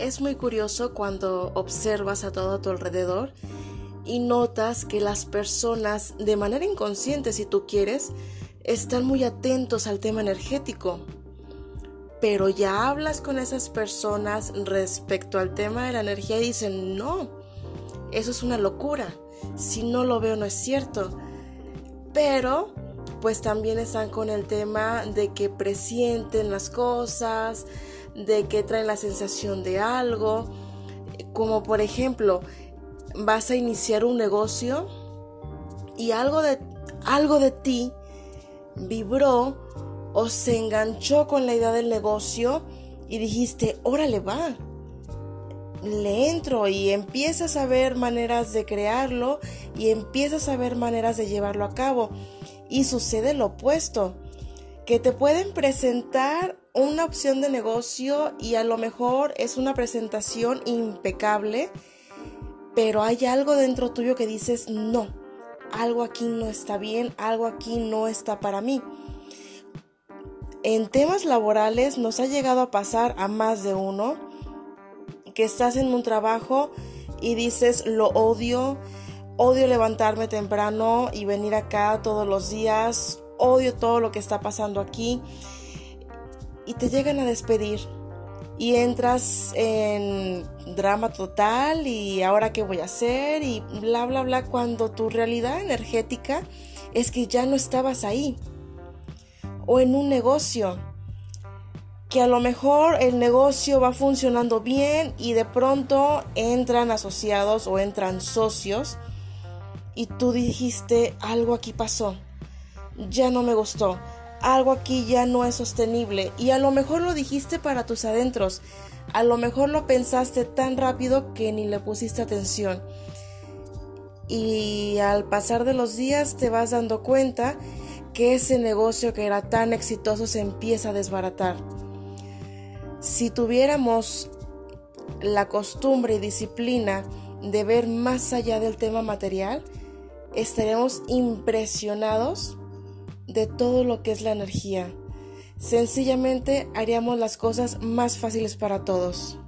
es muy curioso cuando observas a todo a tu alrededor y notas que las personas, de manera inconsciente si tú quieres, están muy atentos al tema energético. Pero ya hablas con esas personas respecto al tema de la energía y dicen, no, eso es una locura, si no lo veo no es cierto. Pero pues también están con el tema de que presienten las cosas, de que traen la sensación de algo, como por ejemplo, vas a iniciar un negocio y algo de ti vibró o se enganchó con la idea del negocio y dijiste, órale va, le entro, y empiezas a ver maneras de crearlo y empiezas a ver maneras de llevarlo a cabo. Y sucede lo opuesto, que te pueden presentar una opción de negocio y a lo mejor es una presentación impecable, pero hay algo dentro tuyo que dices, no, algo aquí no está bien, algo aquí no está para mí. En temas laborales nos ha llegado a pasar a más de uno, que estás en un trabajo y dices, lo odio levantarme temprano y venir acá todos los días, odio todo lo que está pasando aquí, y te llegan a despedir y entras en drama total y ahora qué voy a hacer y bla bla bla, cuando tu realidad energética es que ya no estabas ahí. O en un negocio, que a lo mejor el negocio va funcionando bien y de pronto entran asociados o entran socios y tú dijiste, algo aquí pasó, ya no me gustó, algo aquí ya no es sostenible, y a lo mejor lo dijiste para tus adentros, a lo mejor lo pensaste tan rápido que ni le pusiste atención, y al pasar de los días te vas dando cuenta que ese negocio que era tan exitoso se empieza a desbaratar. Si tuviéramos la costumbre y disciplina de ver más allá del tema material, estaremos impresionados de todo lo que es la energía. Sencillamente haríamos las cosas más fáciles para todos.